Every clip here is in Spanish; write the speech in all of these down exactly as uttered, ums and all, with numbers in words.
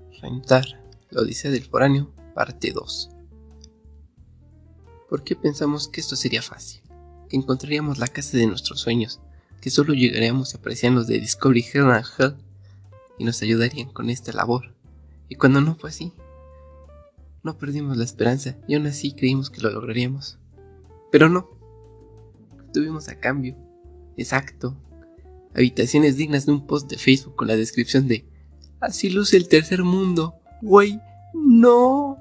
Rentar, la Odisea del Foráneo, parte dos. ¿Por qué pensamos que esto sería fácil? Que encontraríamos la casa de nuestros sueños, que solo llegaríamos y aparecerían los de Discovery Heaven and Hell y nos ayudarían con esta labor. Y cuando no fue así, no perdimos la esperanza y aún así creímos que lo lograríamos. Pero no, tuvimos a cambio, exacto, habitaciones dignas de un post de Facebook con la descripción de "Así luce el tercer mundo, güey, no".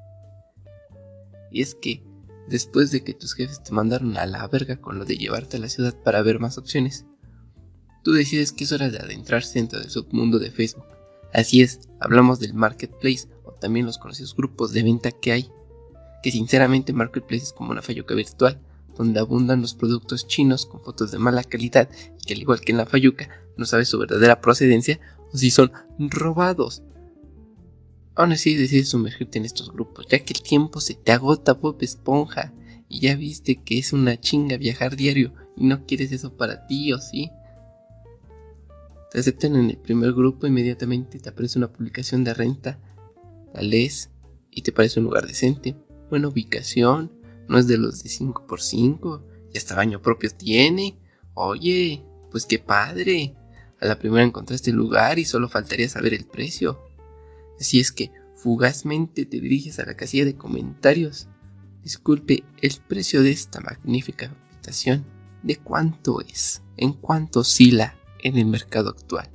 Y es que, después de que tus jefes te mandaron a la verga con lo de llevarte a la ciudad para ver más opciones, tú decides que es hora de adentrarse dentro del submundo de Facebook. Así es, hablamos del Marketplace, o también los conocidos grupos de venta que hay, que sinceramente Marketplace es como una fayuca virtual, donde abundan los productos chinos con fotos de mala calidad y que al igual que en la fayuca, no sabes su verdadera procedencia o si son robados. Aún así decides sumergirte en estos grupos, ya que el tiempo se te agota, Bob Esponja, y ya viste que es una chinga viajar diario y no quieres eso para ti, ¿o sí? Te aceptan en el primer grupo, inmediatamente te aparece una publicación de renta, la lees y te parece un lugar decente, buena ubicación, no es de los de cinco por cinco, y hasta baño propio tiene. Oye, pues qué padre. A la primera encontraste el lugar y solo faltaría saber el precio. Así es que fugazmente te diriges a la casilla de comentarios. Disculpe, el precio de esta magnífica habitación, ¿de cuánto es? ¿En cuánto oscila en el mercado actual?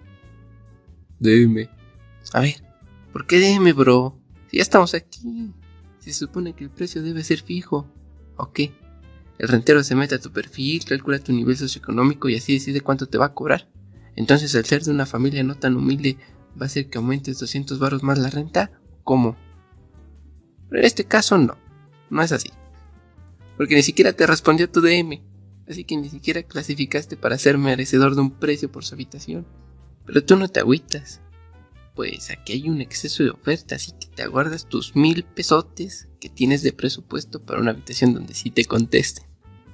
D M. A ver, ¿por qué D M, bro? Si ya estamos aquí. Se supone que el precio debe ser fijo. ¿O qué? El rentero se mete a tu perfil, calcula tu nivel socioeconómico y así decide cuánto te va a cobrar. Entonces, al ser de una familia no tan humilde, ¿va a ser que aumentes doscientos baros más la renta? ¿Cómo? Pero en este caso no, no es así. Porque ni siquiera te respondió tu D M. Así que ni siquiera clasificaste para ser merecedor de un precio por su habitación. Pero tú no te agüitas. Pues aquí hay un exceso de oferta, así que te aguardas tus mil pesotes que tienes de presupuesto para una habitación donde sí te contesten.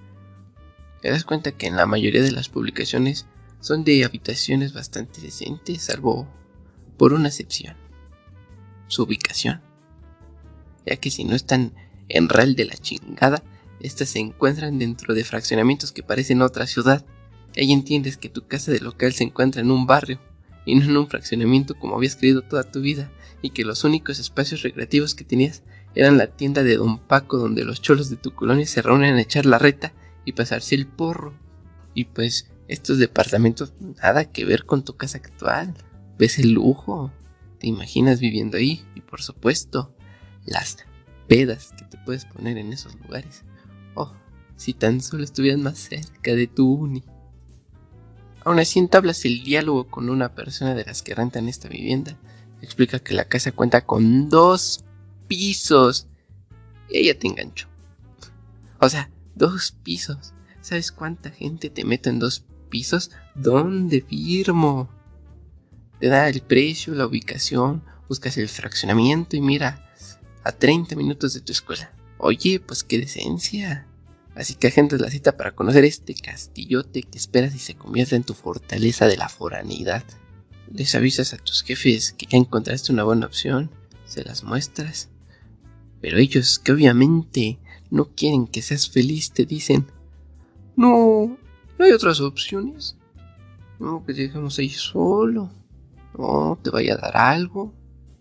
Te das cuenta que en la mayoría de las publicaciones son de habitaciones bastante decentes, salvo por una excepción: su ubicación. Ya que si no están en real de la chingada, estas se encuentran dentro de fraccionamientos que parecen otra ciudad. Y ahí entiendes que tu casa de local se encuentra en un barrio y no en un fraccionamiento como habías creído toda tu vida, y que los únicos espacios recreativos que tenías eran la tienda de Don Paco, donde los cholos de tu colonia se reúnen a echar la reta y pasarse el porro. Y pues estos departamentos nada que ver con tu casa actual. ¿Ves el lujo? ¿Te imaginas viviendo ahí? Y por supuesto, las pedas que te puedes poner en esos lugares. Oh, si tan solo estuvieras más cerca de tu uni. Aún así entablas el diálogo con una persona de las que rentan esta vivienda. Explica que la casa cuenta con dos pisos. Y ella te enganchó. O sea, dos pisos. ¿Sabes cuánta gente te meto en dos pisos? ¿Dónde firmo? Te da el precio, la ubicación, buscas el fraccionamiento y mira, a treinta minutos de tu escuela. Oye, pues qué decencia. Así que agendas la cita para conocer este castillote que esperas y se convierta en tu fortaleza de la foraneidad. Les avisas a tus jefes que ya encontraste una buena opción, se las muestras. Pero ellos, que obviamente no quieren que seas feliz, te dicen: No, no hay otras opciones. No, que te dejemos ahí solo. No, te vaya a dar algo.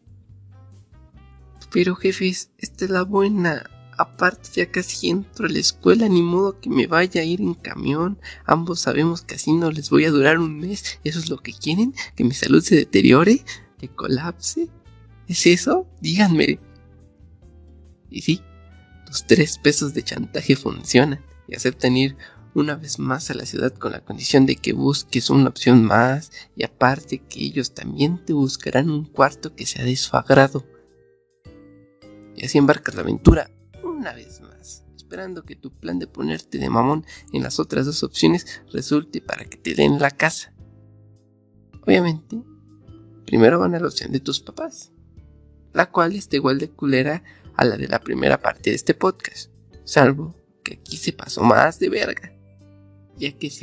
Pero jefes, esta es la buena. Aparte ya casi entro a la escuela, ni modo que me vaya a ir en camión. Ambos sabemos que así no les voy a durar un mes. ¿Eso es lo que quieren? ¿Que mi salud se deteriore? ¿Que colapse? ¿Es eso? Díganme. Y sí, los tres pesos de chantaje funcionan y aceptan ir una vez más a la ciudad con la condición de que busques una opción más, y aparte que ellos también te buscarán un cuarto que sea de su agrado. Y así embarcas la aventura una vez más, esperando que tu plan de ponerte de mamón en las otras dos opciones resulte para que te den la casa. Obviamente, primero van a la opción de tus papás, la cual está igual de culera a la de la primera parte de este podcast, salvo que aquí se pasó más de verga, ya que si, acept-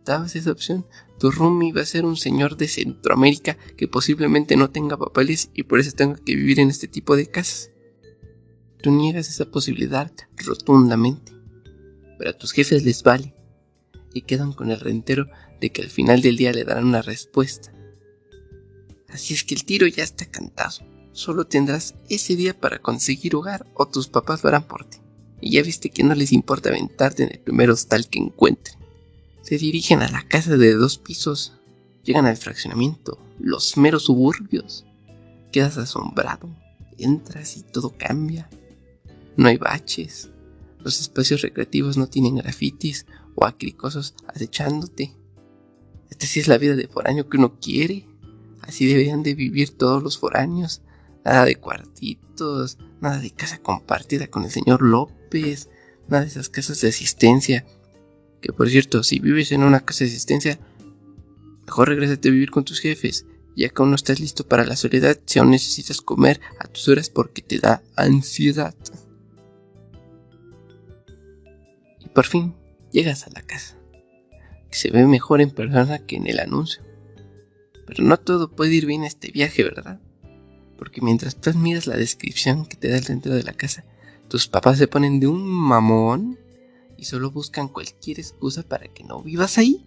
aceptabas esa opción, tu roomie va a ser un señor de Centroamérica que posiblemente no tenga papeles y por eso tenga que vivir en este tipo de casas. Tú niegas esa posibilidad rotundamente, pero a tus jefes les vale y quedan con el rentero de que al final del día le darán una respuesta. Así es que el tiro ya está cantado. Solo tendrás ese día para conseguir hogar o tus papás lo harán por ti. Y ya viste que no les importa aventarte en el primer hostal que encuentren. Se dirigen a la casa de dos pisos. Llegan al fraccionamiento, los meros suburbios. Quedas asombrado. Entras y todo cambia. No hay baches. Los espacios recreativos no tienen grafitis o acricosos acechándote. Esta sí es la vida de foráneo que uno quiere. Así deberían de vivir todos los foráneos. Nada de cuartitos, nada de casa compartida con el señor López, nada de esas casas de asistencia. Que por cierto, si vives en una casa de asistencia, mejor regrésate a vivir con tus jefes, ya que aún no estás listo para la soledad si aún necesitas comer a tus horas porque te da ansiedad. Y por fin llegas a la casa, que se ve mejor en persona que en el anuncio. Pero no todo puede ir bien este viaje, ¿verdad? Porque mientras tú miras la descripción que te da el dentro de la casa, tus papás se ponen de un mamón y solo buscan cualquier excusa para que no vivas ahí.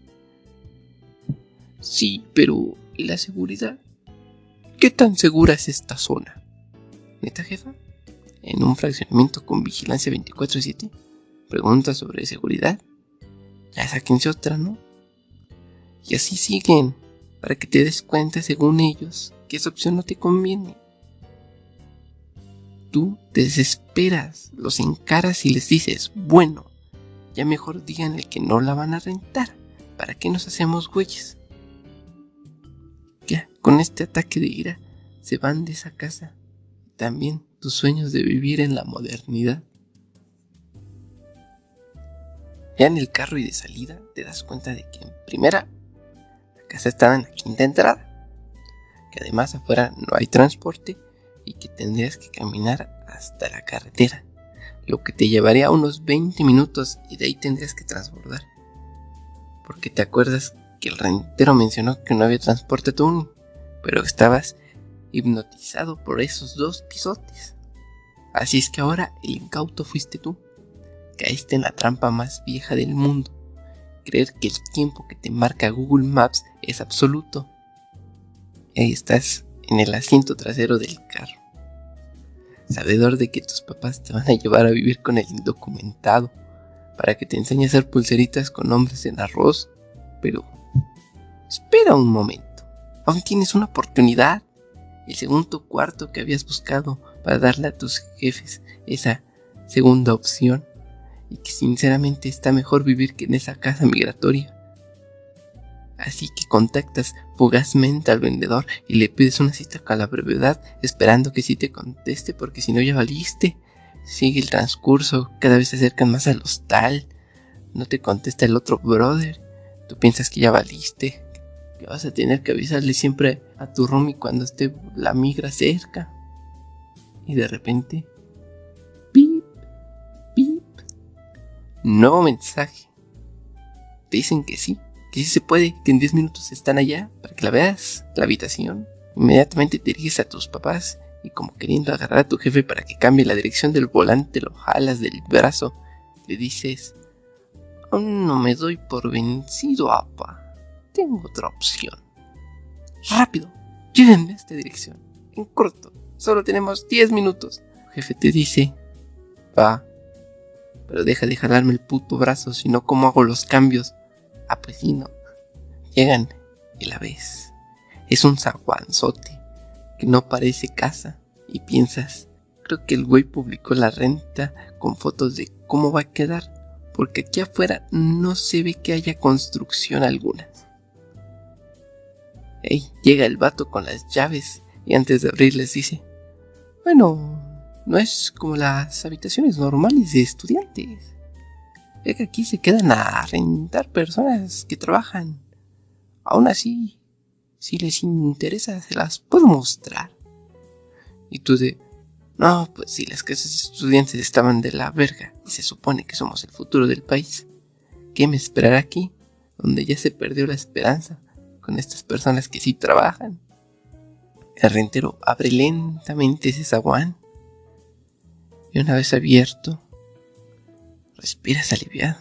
Sí, pero ¿y la seguridad? ¿Qué tan segura es esta zona? ¿Neta, jefa? ¿En un fraccionamiento con vigilancia veinticuatro siete? Preguntas sobre seguridad. Ya sáquense otra, ¿no? Y así siguen, para que te des cuenta, según ellos, que esa opción no te conviene. Tú te desesperas, los encaras y les dices, bueno, ya mejor díganle que no la van a rentar. ¿Para qué nos hacemos güeyes? Ya, con este ataque de ira, se van de esa casa. También tus sueños de vivir en la modernidad. Ya en el carro y de salida, te das cuenta de que en primera, la casa está en la quinta entrada. Que además afuera no hay transporte y que tendrías que caminar hasta la carretera. Lo que te llevaría unos veinte minutos y de ahí tendrías que transbordar. Porque te acuerdas que el rentero mencionó que no había transporte a tu uni, pero estabas hipnotizado por esos dos pisotes. Así es que ahora el incauto fuiste tú. Caíste en la trampa más vieja del mundo. Creer que el tiempo que te marca Google Maps es absoluto. Y ahí estás en el asiento trasero del carro, sabedor de que tus papás te van a llevar a vivir con el indocumentado para que te enseñe a hacer pulseritas con nombres en arroz. Pero espera un momento, aún tienes una oportunidad. El segundo cuarto que habías buscado para darle a tus jefes esa segunda opción, y que sinceramente está mejor vivir que en esa casa migratoria. Así que contactas fugazmente al vendedor y le pides una cita a la brevedad, esperando que sí te conteste, porque si no ya valiste. Sigue el transcurso, cada vez se acercan más al hostal. No te contesta el otro brother. Tú piensas que ya valiste, que vas a tener que avisarle siempre a tu roomie cuando esté la migra cerca. Y de repente, pip, pip, nuevo mensaje. Te dicen que sí, que sí se puede, que en diez minutos están allá para que la veas, la habitación. Inmediatamente te diriges a tus papás y, como queriendo agarrar a tu jefe para que cambie la dirección del volante, lo jalas del brazo. Le dices, aún no me doy por vencido, apa. Tengo otra opción. Rápido, llévenme a esta dirección. En corto, solo tenemos diez minutos. El jefe te dice, va, pero deja de jalarme el puto brazo, si no, ¿cómo hago los cambios? Ah, pues sí, no. Llegan y la ves. Es un zaguanzote que no parece casa. Y piensas, creo que el güey publicó la renta con fotos de cómo va a quedar, porque aquí afuera no se ve que haya construcción alguna. Ey, llega el vato con las llaves y antes de abrir les dice, bueno, no es como las habitaciones normales de estudiantes. Es que aquí se quedan a rentar personas que trabajan. Aún así, si les interesa, se las puedo mostrar. Y tú de, no, pues si las casas de estudiantes estaban de la verga y se supone que somos el futuro del país, ¿qué me esperará aquí? donde ya se perdió la esperanza con estas personas que sí trabajan. El rentero abre lentamente ese zaguán y una vez abierto, respiras aliviado,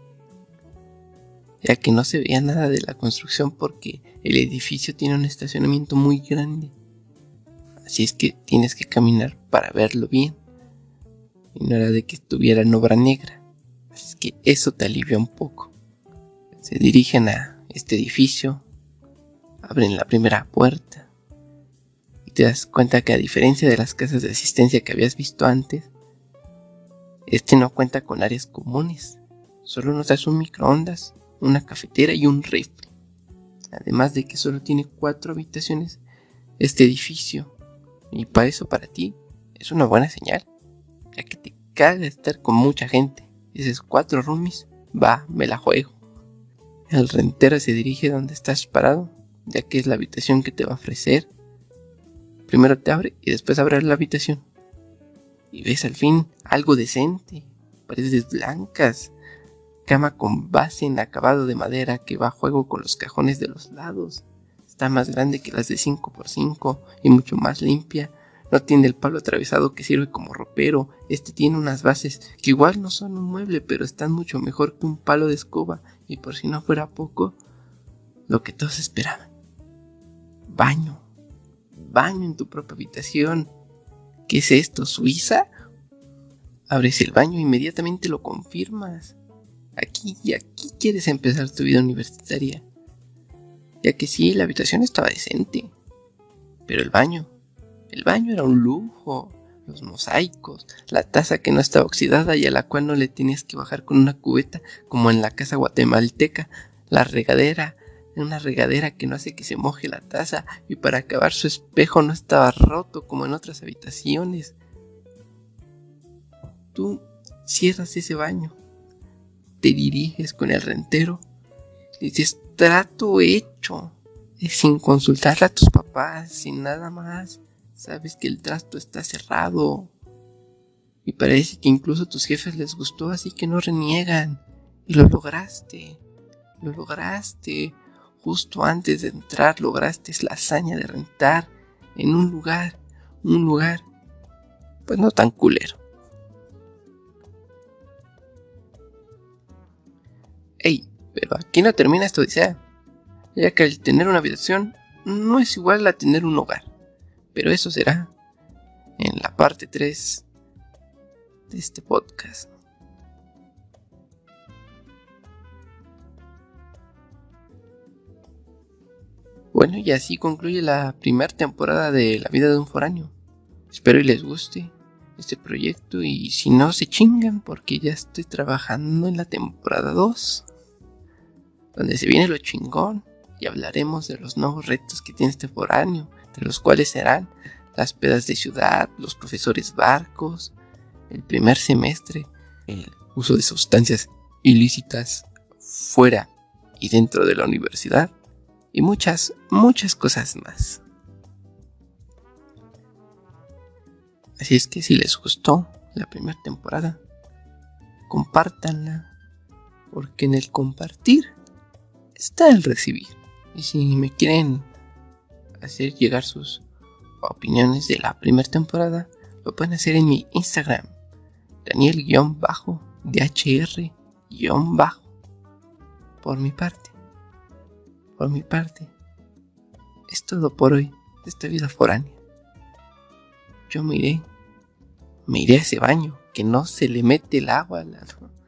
ya que no se veía nada de la construcción porque el edificio tiene un estacionamiento muy grande. Así es que tienes que caminar para verlo bien. Y no era de que estuviera en obra negra. Así es que eso te alivia un poco. Se dirigen a este edificio, abren la primera puerta y te das cuenta que, a diferencia de las casas de asistencia que habías visto antes, este no cuenta con áreas comunes. Solo nos das un microondas, una cafetera y un refri. Además de que solo tiene cuatro habitaciones este edificio. Y para eso, para ti, es una buena señal, ya que te caga estar con mucha gente. Dices, cuatro roomies, va, me la juego. El rentero se dirige donde estás parado, ya que es la habitación que te va a ofrecer. Primero te abre y después abre la habitación. Y ves al fin algo decente, paredes blancas, cama con base en acabado de madera que va a juego con los cajones de los lados. Está más grande que las de cinco por cinco y mucho más limpia. No tiene el palo atravesado que sirve como ropero. Este tiene unas bases que igual no son un mueble, pero están mucho mejor que un palo de escoba. Y por si no fuera poco, lo que todos esperaban: baño. Baño en tu propia habitación. ¿Qué es esto, Suiza? Abres el baño e inmediatamente lo confirmas. Aquí y aquí quieres empezar tu vida universitaria. Ya que sí, la habitación estaba decente, pero el baño, el baño era un lujo. Los mosaicos, la taza que no estaba oxidada y a la cual no le tenías que bajar con una cubeta como en la casa guatemalteca, la regadera, una regadera que no hace que se moje la taza, y para acabar su espejo no estaba roto como en otras habitaciones. Tú cierras ese baño, te diriges con el rentero y dices: trato hecho, sin consultarle a tus papás, sin nada más. Sabes que el trasto está cerrado y parece que incluso a tus jefes les gustó, así que no reniegan. Y lo lograste, lo lograste. Justo antes de entrar lograste la hazaña de rentar en un lugar, un lugar pues no tan culero. Ey, pero aquí no termina esta odisea, ya que el tener una habitación no es igual a tener un hogar. Pero eso será en la parte tres de este podcast. Bueno, y así concluye la primera temporada de La vida de un foráneo. Espero y les guste este proyecto, y si no, se chingan porque ya estoy trabajando en la temporada dos, donde se viene lo chingón y hablaremos de los nuevos retos que tiene este foráneo, entre los cuales serán las pedas de ciudad, los profesores barcos, el primer semestre, el uso de sustancias ilícitas fuera y dentro de la universidad, y muchas, muchas cosas más. Así es que si les gustó la primera temporada, compártanla, porque en el compartir está el recibir. Y si me quieren hacer llegar sus opiniones de la primera temporada, lo pueden hacer en mi Instagram, Daniel-D H R-. Por mi parte, por mi parte, es todo por hoy de esta vida foránea. Yo me iré, me iré a ese baño, que no se le mete el agua a la...